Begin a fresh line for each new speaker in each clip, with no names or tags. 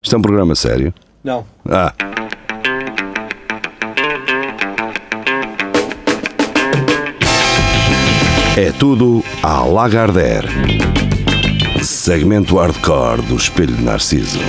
Isto é um programa sério?
Não.
Ah. É tudo à Lagardère. Segmento hardcore do Espelho de Narciso.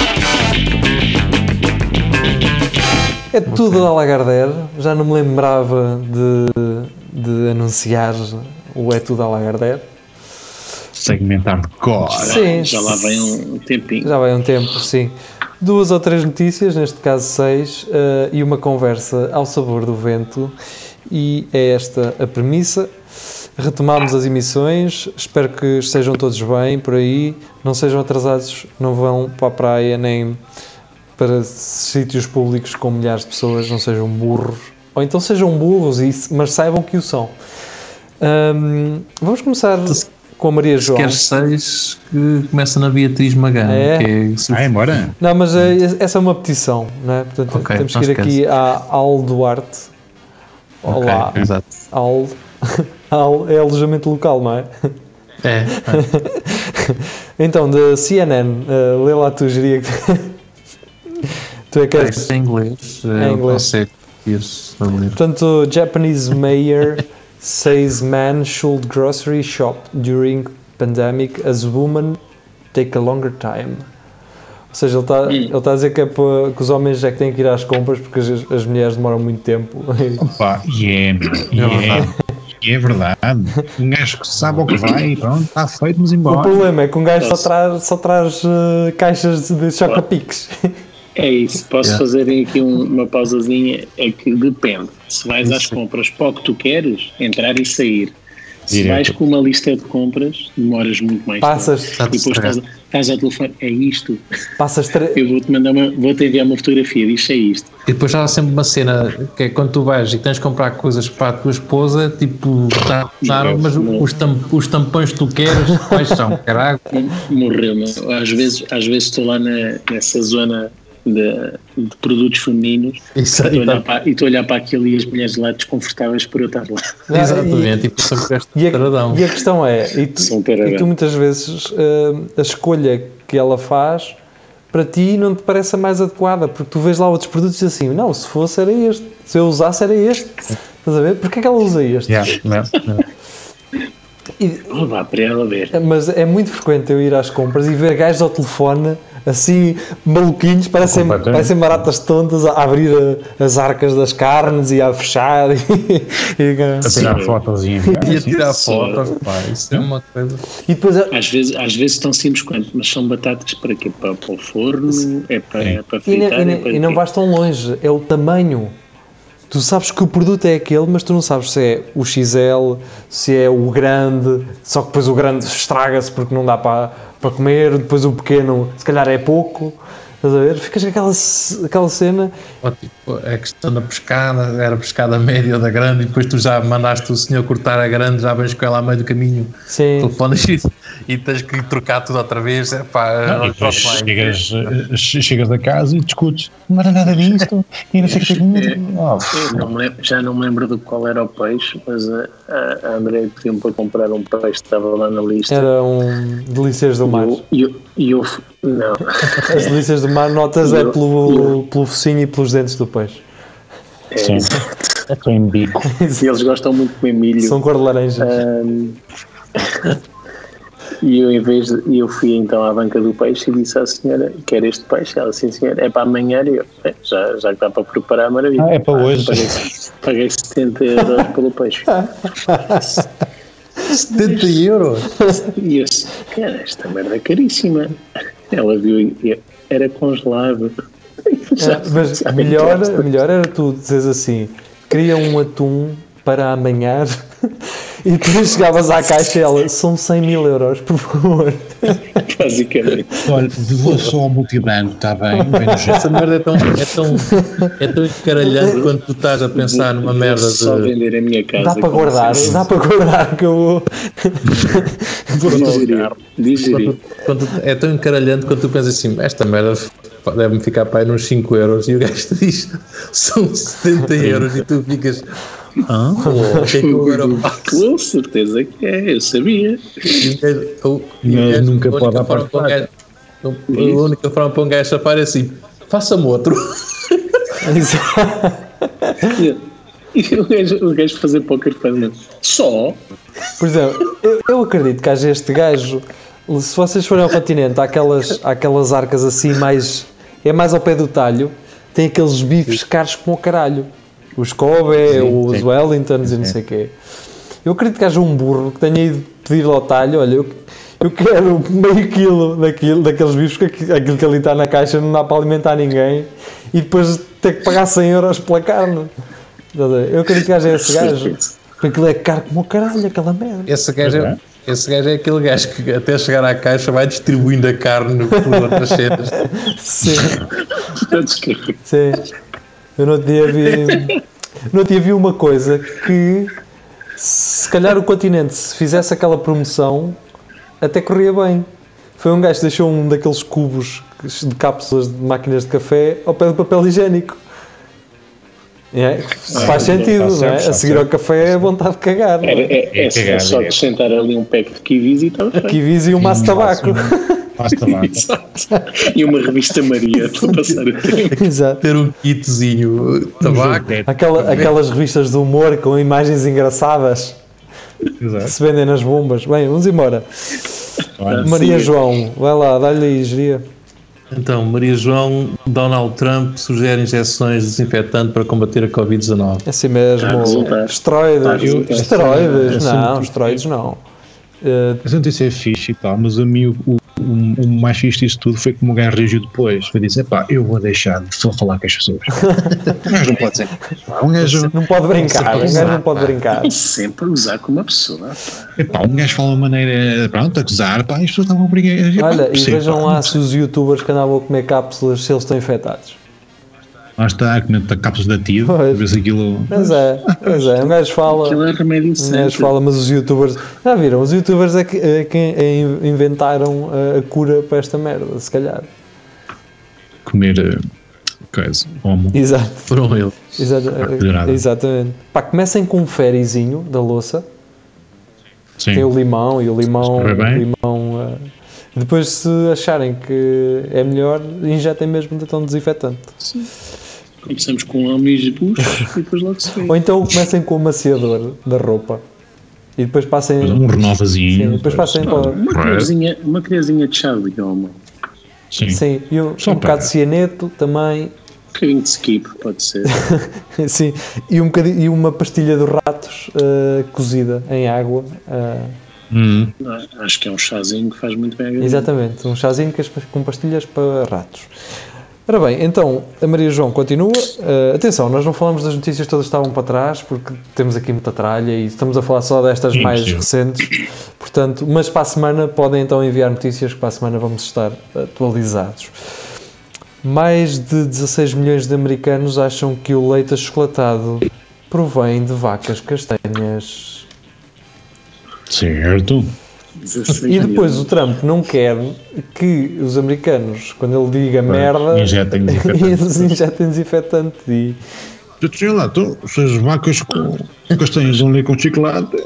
É tudo à Lagardère. Já não me lembrava de anunciar o É tudo à Lagardère.
Segmento hardcore.
Sim.
Já lá vem um tempinho.
Já vai um tempo, sim. 2 ou 3 notícias, neste caso 6, e uma conversa ao sabor do vento. E é esta a premissa. Retomamos as emissões, espero que estejam todos bem por aí, não sejam atrasados, não vão para a praia nem para sítios públicos com milhares de pessoas, não sejam burros, ou então sejam burros, mas saibam que o são. Vamos começar com a Maria João.
Quer 6 que começa na Beatriz Magano.
Embora?
Não, mas essa é uma petição, não é? Portanto,
okay,
temos que ir aqui à Al Duarte. Olá,
okay, exato.
Al é alojamento local, não é?
É.
Então, da CNN, lê lá tu, geria que tu é que és.
Em inglês.
Em inglês. Portanto, Japanese mayor says man should grocery shop during pandemic as women take a longer time. Ou seja, ele está a dizer que é para que os homens é que têm que ir às compras porque as mulheres demoram muito tempo.
Opa, é verdade. Um gajo que sabe o que vai e pronto, está feito, mas embora.
O problema é que um gajo só traz caixas de choca-piques.
É isso, posso fazer aqui uma pausazinha, é que depende. Se vais às compras para o que tu queres, entrar e sair. Se vais com uma lista de compras, demoras muito mais tempo. E depois estás ao telefone, é isto. Eu vou-te enviar uma fotografia, diz é isto.
E depois há sempre uma cena que é quando tu vais e tens de comprar coisas para a tua esposa, tipo, mas os tampões que tu queres, quais são? Caraca.
Morreu, não? Às vezes estou lá nessa zona de produtos femininos e estou a olhar para aquilo e as mulheres lá desconfortáveis por eu estar lá.
Exatamente,
e a questão é, e tu muitas vezes a escolha que ela faz para ti não te parece a mais adequada, porque tu vês lá outros produtos e assim, não, se fosse era este, se eu usasse era este, estás a ver? Porquê é que ela usa este?
Vá para ela ver.
Mas é muito frequente eu ir às compras e ver gajos ao telefone assim, maluquinhos, parecem baratas tontas a abrir as arcas das carnes e a fechar
a tirar fotos e
a tirar fotos, pá, isso é uma coisa.
E depois, às vezes tão simples quanto, mas são batatas para quê? Para o forno, é para fritar,
e não vais tão longe, é o tamanho. Tu sabes que o produto é aquele, mas tu não sabes se é o XL, se é o grande, só que depois o grande estraga-se porque não dá para comer, depois o pequeno se calhar é pouco, estás a ver? Ficas com aquela cena.
Tipo, a questão da pescada, era pescada média ou da grande e depois tu já mandaste o senhor cortar a grande, já vens com ela a meio do caminho.
Sim.
Telefones e tens que trocar tudo outra vez.
E depois chegas a casa e discutes, não era nada disto e não sei o que.
Já não me lembro de qual era o peixe, mas a André pediu-me para comprar um peixe que estava lá na lista.
Era um delícias do mar.
Não.
As delícias do mar notas pelo focinho e pelos dentes do peixe.
Sim, é em bico.
E eles gostam muito de comer milho.
São cor de laranja.
E eu fui então à banca do peixe e disse à senhora, quer este peixe? Ela, sim senhora, é para amanhã. E eu, já que está para preparar, maravilha.
É para hoje.
Paguei 70 euros pelo peixe.
70 euros?
E eu disse, cara, esta merda é caríssima. Ela viu e era congelado.
Mas melhor era tu dizeres assim, queria um atum para amanhã e depois chegavas à caixa e ela, são 100 mil euros, por favor.
Basicamente.
Olha, vou só ao multibanco, está bem?
Essa merda é tão encaralhante quando tu estás a pensar numa merda de...
Só vender a minha casa.
Dá para guardar que eu vou...
Digerir.
É tão encaralhante quando tu pensas assim, esta merda deve-me ficar para aí uns 5 euros e o gajo te diz, são 70 euros e tu ficas...
Com certeza que é, eu sabia.
Nunca pode apartar.
A única forma para um gajo safar é assim: faça-me outro.
E o gajo fazer póquer faz só.
Por exemplo, eu acredito que haja este gajo. Se vocês forem ao continente, há aquelas arcas assim mais ao pé do talho, tem aqueles bifes caros como o caralho, os Kobe, os Wellingtons e não sei o quê. Eu acredito que haja um burro que tenha ido pedir ao talho: olha, eu quero meio quilo daqueles bifes, porque aquilo que ali está na caixa não dá para alimentar ninguém, e depois ter que pagar 100 euros pela carne. Eu acredito que haja esse gajo, porque aquilo é caro como o caralho, aquela merda.
Esse gajo é aquele gajo que até chegar à caixa vai distribuindo a carne por outras cenas.
Sim. Sim. Eu não tinha vi uma coisa que, se calhar o continente, se fizesse aquela promoção, até corria bem. Foi um gajo que deixou um daqueles cubos de cápsulas de máquinas de café ao pé do papel higiênico. Faz sentido, não é? A seguir ao café é vontade de cagar.
É só acrescentar ali um pack de kiwis e tal.
Kiwis e um maço de tabaco.
E uma revista Maria para passar o tempo.
Exato.
Ter um kitzinho tabaco.
Aquelas revistas de humor com imagens engraçadas.
Exato.
Que se vendem nas bombas. Bem, vamos embora. Maria João, vai lá, dá-lhe aí, geria.
Então, Maria João, Donald Trump sugere injeções de desinfetante para combater a Covid-19.
É assim mesmo. Esteroides. Esteroides não.
Essa notícia é fixe e tal, mas a mim o mais fixe disso tudo foi como o gajo reagiu depois. Foi dizer: pá, eu vou deixar de só falar com as pessoas. Um gajo não pode ser. Um gajo
não pode brincar. Um gajo não pode brincar.
Sempre usar com uma pessoa.
Um gajo fala de maneira, pronto, a gozar, pá, as pessoas estavam a brincar.
Olha, e vejam lá se os youtubers que andavam a comer cápsulas, se eles estão infectados.
Lá está, comendo cápsulas de ativo, a ver se aquilo.
Pois é. Um gajo fala.
Aquilo é remédio
mas os youtubers. Já viram? Os youtubers é que inventaram a cura para esta merda, se calhar.
Comer coisa, homo.
Exato.
Foram eles.
Exatamente. Pá, comecem com um ferizinho da louça.
Sim.
Tem o limão. Depois, se acharem que é melhor, injetem mesmo de tão desinfetante.
Sim. Começamos com homens de bucho e depois logo se vê.
Ou então comecem com o amaciador da roupa e depois passem.
Um renovazinho.
Sim, depois passem para.
Uma colherzinha de chá de goma.
Sim, e um bocado de cianeto também.
Um bocadinho de skip, pode ser.
Sim, e uma pastilha de ratos cozida em água.
Acho que é um chazinho que faz muito bem a
Exatamente, um chazinho com pastilhas para ratos. Ora bem, então a Maria João continua. Atenção, nós não falamos das notícias todas que estavam para trás, porque temos aqui muita tralha e estamos a falar só destas mais recentes. Portanto, mas para a semana podem então enviar notícias, que para a semana vamos estar atualizados. Mais de 16 milhões de americanos acham que o leite achocolatado provém de vacas castanhas.
Certo.
E depois o Trump não quer que os americanos, quando ele diga merda,
injetem
desinfetante. E...
Sei lá, se as vacas com castanhas vão ler com chocolate,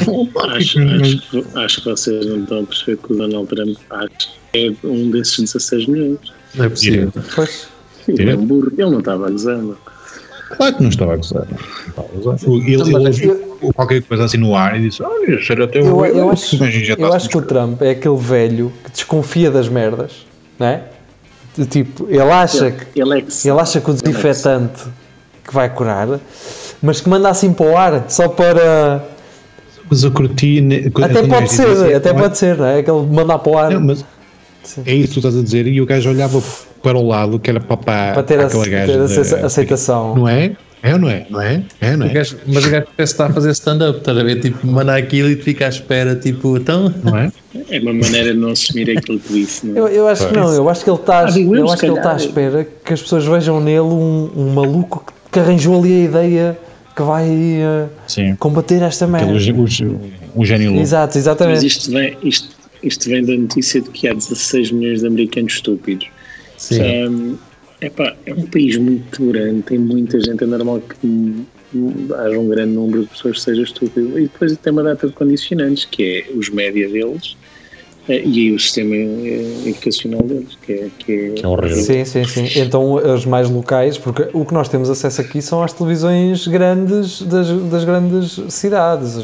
acho que vocês não estão a perceber que o Donald Trump é um desses 16 milhões.
Não é possível.
Pois.
Ele é um burro, ele não estava a gozar.
Claro que não estava a gozar. Ele ouviu qualquer coisa assim no ar e disse: olha, será até
eu acho que o Trump é aquele velho que desconfia das merdas, não é? Tipo, ele acha que o desinfetante que vai curar, mas que manda assim para o ar só para.
Mas a cortina.
Até pode ser, não é? Aquele mandar para o ar.
Não, mas é isso que tu estás a dizer, e o gajo olhava para o lado, que era para
ter aceitação.
Não é? É ou não é? Não é? Não é?
Mas o gajo parece que está a fazer stand-up, estás a ver? Tipo, mandar aquilo e fica à espera, tipo, então.
Não é?
É uma maneira de não assumir aquilo que disse, não é?
Eu acho que não, eu acho que ele está à espera que as pessoas vejam nele um maluco que arranjou ali a ideia que vai combater esta merda.
O gênio louco.
Exato, exatamente.
Mas isto vem da notícia de que há 16 milhões de americanos estúpidos.
Sim.
É um país muito grande, tem muita gente, é normal que haja um grande número de pessoas que seja estúpido. E depois tem uma data de condicionantes, que é os média deles, E o sistema educacional deles, que
é horrível.
Sim. Então, os mais locais, porque o que nós temos acesso aqui são as televisões grandes das grandes cidades,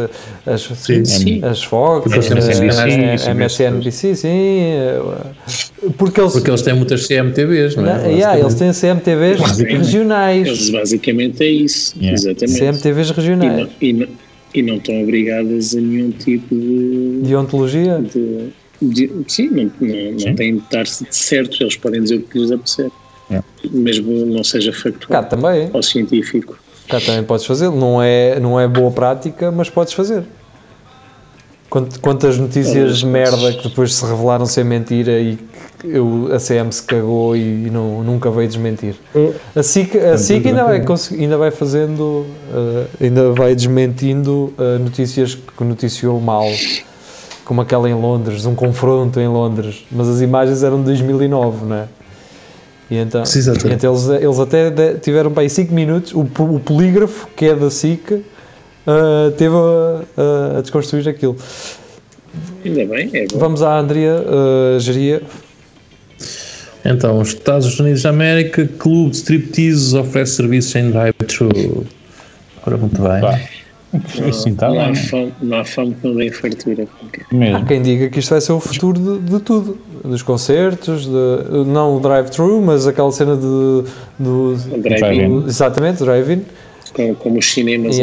as Fox, a MSNBC, sim. Porque eles têm
muitas CMTVs, não é?
Eles têm CMTVs regionais.
Eles basicamente é isso, exatamente.
CMTVs regionais.
E não estão obrigadas a nenhum tipo de
ontologia?
Sim, não têm de estar certos, eles podem dizer o que lhes apetecer. Mesmo não seja factual.
Cá também.
Ou científico.
Cá também podes fazer, não é boa prática, mas podes fazer. Quantas notícias de merda que depois se revelaram ser mentira e a CM se cagou e nunca veio desmentir. A SIC ainda vai fazendo, ainda vai desmentindo notícias que noticiou mal, como aquela em Londres, um confronto em Londres, mas as imagens eram de 2009, não é? E então eles até tiveram para aí 5 minutos, o polígrafo, que é da SIC, teve a desconstruir aquilo.
Ainda bem, é bom.
Vamos à Andrea Geria.
Então, os Estados Unidos da América, clube de striptease oferece serviços em drive-thru. Ora, muito bem.
Assim,
não há fome que não dê fartura.
Há quem diga que isto vai ser o futuro de tudo, dos concertos, não o drive-thru, mas aquela cena do
drive-in.
Exatamente, drive-in.
Como os cinemas.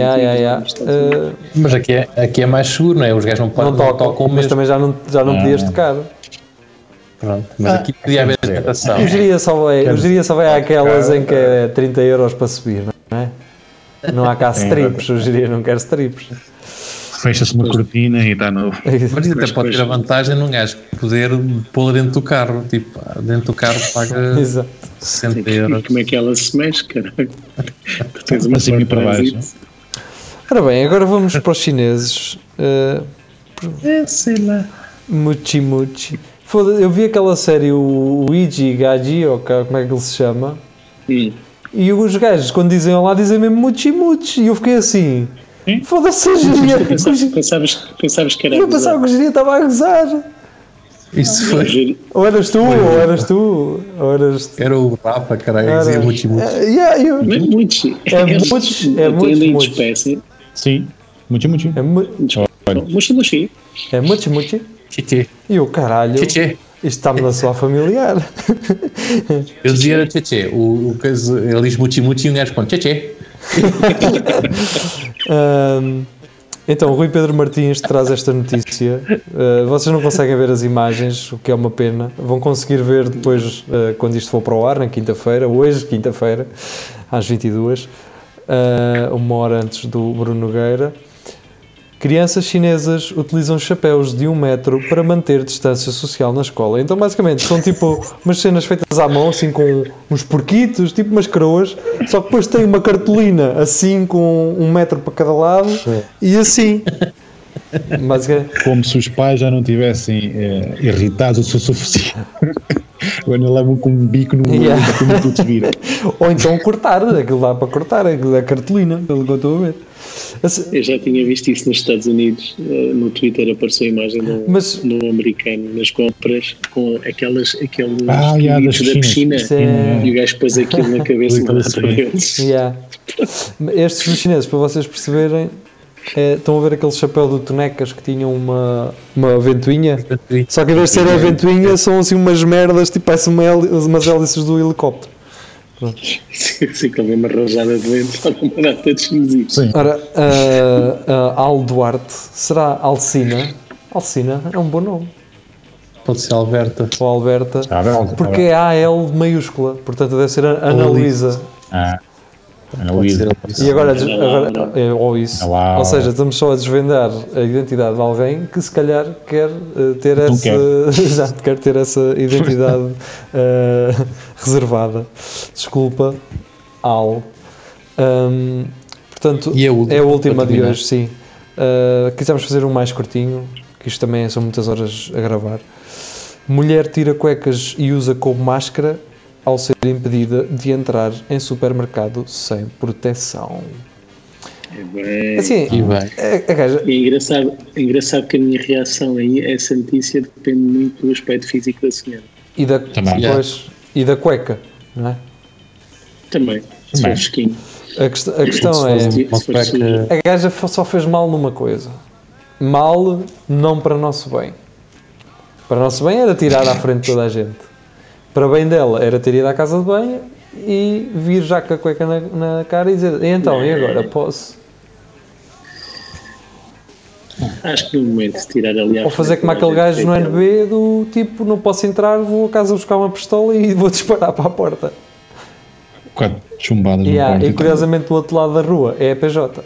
Mas aqui é mais seguro, não é? Os gajos não tocam,
mas também já não podias tocar.
Pronto, mas aqui podia haver tentação.
O geria só vai àquelas em que é 30 euros para subir, não é? Não há cá strips, o geria não quer strips.
Fecha-se uma cortina e está novo.
Mas até pode ter a vantagem de um gajo poder pô-la dentro do carro. Tipo, dentro do carro paga 60 euros.
E como é que ela se mexe, caralho? Tu tens uma
assim para baixo.
Ora bem, agora vamos para os chineses.
Sei lá.
Muchi. Eu vi aquela série, o Iji Gaji, ou como é que ele se chama? E os gajos, quando dizem olá, dizem mesmo Muchi. E eu fiquei assim... Foda-se a geria.
Pensavas que era
eu pensava que o geria estava a gozar.
Isso foi.
Ou eras tu.
Era o Rafa, caralho, dizia Muchi.
Não é Muchi.
É Muchi.
Sim, Muchi.
É Muchi. É Muchi.
Tchê.
E o caralho.
Tchê.
Isto está-me a soar familiar.
Eu dizia tchê. O caso, ele diz Muchi e um gajo responde tchê.
Então, o Rui Pedro Martins traz esta notícia. Vocês não conseguem ver as imagens, o que é uma pena. Vão conseguir ver depois, quando isto for para o ar, na quinta-feira, hoje, quinta-feira, às 22h, uma hora antes do Bruno Nogueira. Crianças chinesas utilizam chapéus de 1 metro para manter distância social na escola. Então, basicamente, são tipo umas cenas feitas à mão, assim, com uns porquitos, tipo umas coroas, só que depois tem uma cartolina, assim, com 1 metro para cada lado, e assim. Basicamente.
Como se os pais já não tivessem irritados o suficiente. Agora levam com um bico no olho, como tudo se vira.
Ou então cortar, aquilo dá para cortar, aquilo é cartolina, pelo que eu estou a ver.
Eu já tinha visto isso nos Estados Unidos, no Twitter apareceu a imagem do americano nas compras com aqueles da piscina e o gajo pôs aquilo na cabeça e mandou para eles.
Estes dos chineses, para vocês perceberem, estão a ver aquele chapéu do Tonecas que tinham uma ventoinha, só que em vez de ser a ventoinha são assim umas merdas, tipo parecem umas hélices do helicóptero.
Sim, que ele uma rajada de vento para uma data de chineses.
Ora, Al Duarte, será Alcina? Alcina é um bom nome.
Pode ser Alberta.
Ou Alberta, porque é AL maiúscula, portanto deve ser Ana Luísa. E agora ou isso. Ou seja, estamos só a desvendar a identidade de alguém que se calhar quer ter essa identidade reservada. Desculpa, Al. Portanto, é a última de hoje, sim. Quisemos fazer um mais curtinho, que isto também são muitas horas a gravar. Mulher tira cuecas e usa como máscara ao ser impedida de entrar em supermercado sem proteção.
bem.
Assim,
E bem.
a gaja,
É engraçado que a minha reação aí a essa notícia depende muito do aspecto físico da senhora.
e da,
Também.
depois, e da cueca, não é?
Também, se for fresquinho.
A questão é,
Se for sujo.
a gaja só fez mal numa coisa. Mal não para nosso bem. Para nosso bem era tirar à frente de toda a gente. Para bem dela era ter ido à casa de banho e vir já com a cueca na cara e dizer, então, e agora, posso?
Acho que no momento de tirar ali à
Ou fazer
frente
como aquele
toda a
gajo
gente
no
tem
NB do tipo, não posso entrar, vou a casa buscar uma pistola e vou disparar para a porta.
Quatro chumbadas no
Yeah,
quarto.
e curiosamente do outro lado da rua é a PJ.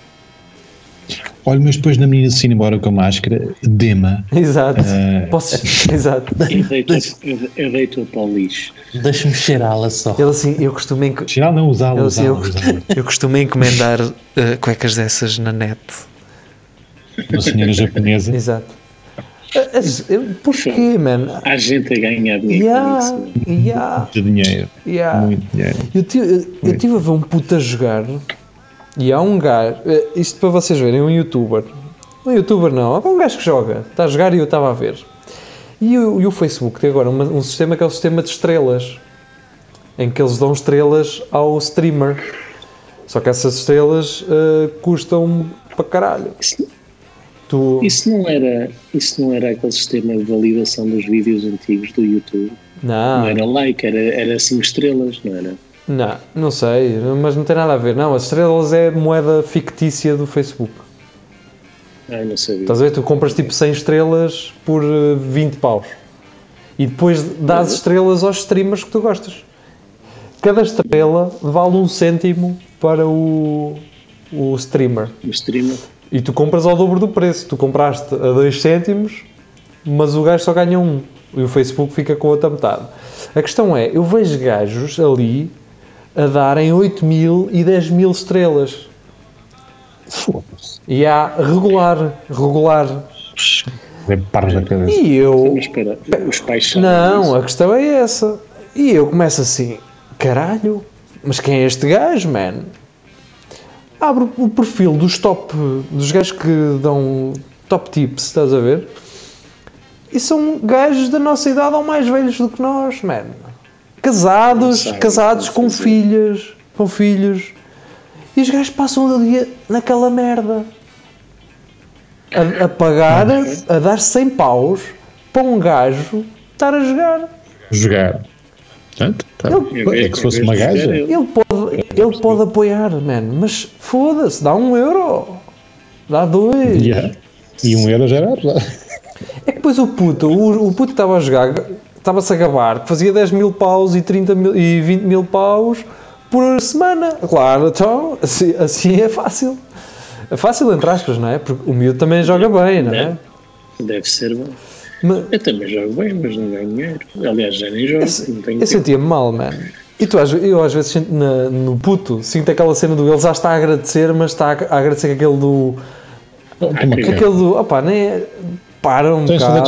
Olha, mas depois na menina se ir embora com a máscara, Dema.
Exato. Exato.
Eu deito-a para o lixo.
Deixa-me cheirá-la só.
Ele assim, eu costumo,
Geral não usá-la,
ele, assim,
usá-la.
eu costumo encomendar cuecas dessas na net.
Uma senhora japonesa.
Exato. Porquê, man?
Há gente a ganhar dinheiro com isso.
De dinheiro. Muito dinheiro.
Eu estive a ver um puto a jogar e há um gajo, isto para vocês verem, um youtuber não, é um gajo que joga, está a jogar e eu estava a ver. E o Facebook tem agora um sistema que é o sistema de estrelas, em que eles dão estrelas ao streamer, só que essas estrelas custam para caralho.
Isso não era aquele sistema de validação dos vídeos antigos do YouTube? Não era like, era 5 estrelas, não era?
Não sei, mas não tem nada a ver. Não, as estrelas é moeda fictícia do Facebook.
Não sabia.
Estás a ver? Tu compras tipo 100 estrelas por 20 paus. E depois dás estrelas aos streamers que tu gostas. Cada estrela vale 1 cêntimo para o streamer.
O streamer.
E tu compras ao dobro do preço. Tu compraste a 2 cêntimos, mas o gajo só ganha 1. E o Facebook fica com a outra metade. A questão é, eu vejo gajos ali a darem 8.000 e 10.000 estrelas.
Foda-se.
E há regular.
É paros da cabeça.
E eu...
Mas espera, os pais sabem
Não,
disso.
a questão é essa. E eu começo assim, caralho, mas quem é este gajo, man? Abro o perfil dos gajos que dão top tips, estás a ver? E são gajos da nossa idade ou mais velhos do que nós, man. Casados com filhos. E os gajos passam o dia naquela merda. A pagar, a dar 100 paus para um gajo estar a jogar.
Portanto, é que se fosse uma gaja.
Ele pode apoiar, man, mas foda-se, dá 1 euro. Dá 2.
Yeah. E 1 euro já era.
É que depois o puto estava a jogar, estava-se a gabar, fazia 10.000 paus e 20.000 paus por semana. Claro, então, assim é fácil. É fácil, entre aspas, não é? Porque o miúdo também joga bem, não é?
Deve ser bom.
Mas,
Eu também jogo bem, mas não ganho dinheiro. Aliás, já nem jogo. Não tenho
eu sentia-me mal, mano. E eu às vezes sinto no puto, sinto aquela cena do ele já está a agradecer, mas está a agradecer com aquele do... Aquele do... Opá, nem é... Para um bocado.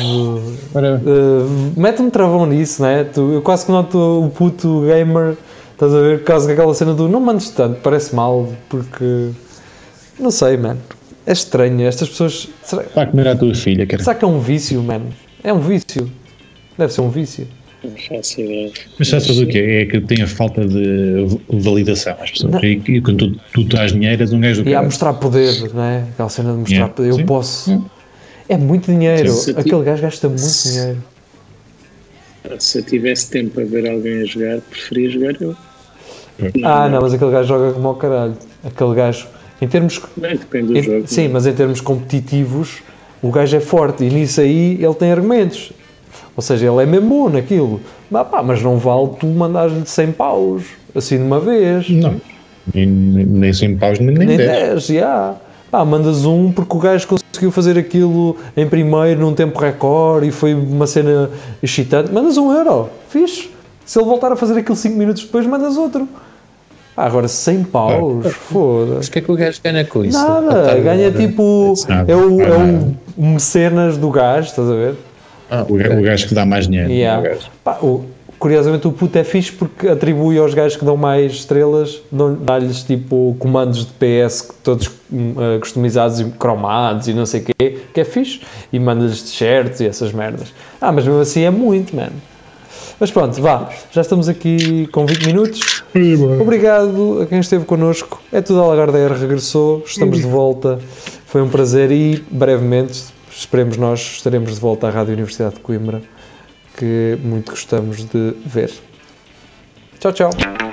Mete um travão nisso, não é? Eu quase que noto o puto gamer, estás a ver? Por causa daquela cena do não mandes tanto, parece mal, porque... Não sei, mano. É estranho, estas pessoas...
Está a comer a tua filha, cara.
Será que é um vício, mano? É um vício. Deve ser um vício.
Não faço ideia.
Mas sabes o que é? É que tem a falta de validação às pessoas. E quando tu dás dinheiro, és um gajo do
E a
cara.
mostrar poder, não é? Aquela cena de mostrar poder. Eu
sim.
posso... É muito dinheiro.
Sim.
Aquele gajo gasta muito dinheiro.
Se eu tivesse tempo a ver alguém a jogar, preferia jogar eu.
Não, mas aquele gajo joga como ao caralho. Aquele gajo... Em termos...
Bem, depende do jogo.
Sim, mas em termos competitivos, o gajo é forte. E nisso aí ele tem argumentos. Ou seja, ele é mesmo bom naquilo. Mas não vale tu mandares-lhe 100 paus, assim de uma vez.
Não. Nem 100 paus, nem 10.
Já. Mandas porque o gajo conseguiu fazer aquilo em primeiro num tempo recorde e foi uma cena excitante. Mandas 1 euro. Fixe. Se ele voltar a fazer aquilo 5 minutos depois, mandas outro. Agora 100 paus, foda-se.
Mas o que é que o gajo ganha com isso?
Nada, ganha tipo...
Nada.
É o mecenas do gajo, estás a ver?
O gajo que dá mais dinheiro.
Yeah. curiosamente o puto é fixe porque atribui aos gajos que dão mais estrelas, dá-lhes tipo comandos de PS todos customizados e cromados e não sei o quê, que é fixe, e manda-lhes t-shirts e essas merdas. Mas mesmo assim é muito, mano. Mas pronto, vá, já estamos aqui com 20 minutos. Obrigado a quem esteve connosco. É tudo, a Lagardère regressou, estamos de volta. Foi um prazer e brevemente, esperemos nós, estaremos de volta à Rádio Universidade de Coimbra, que muito gostamos de ver. Tchau, tchau.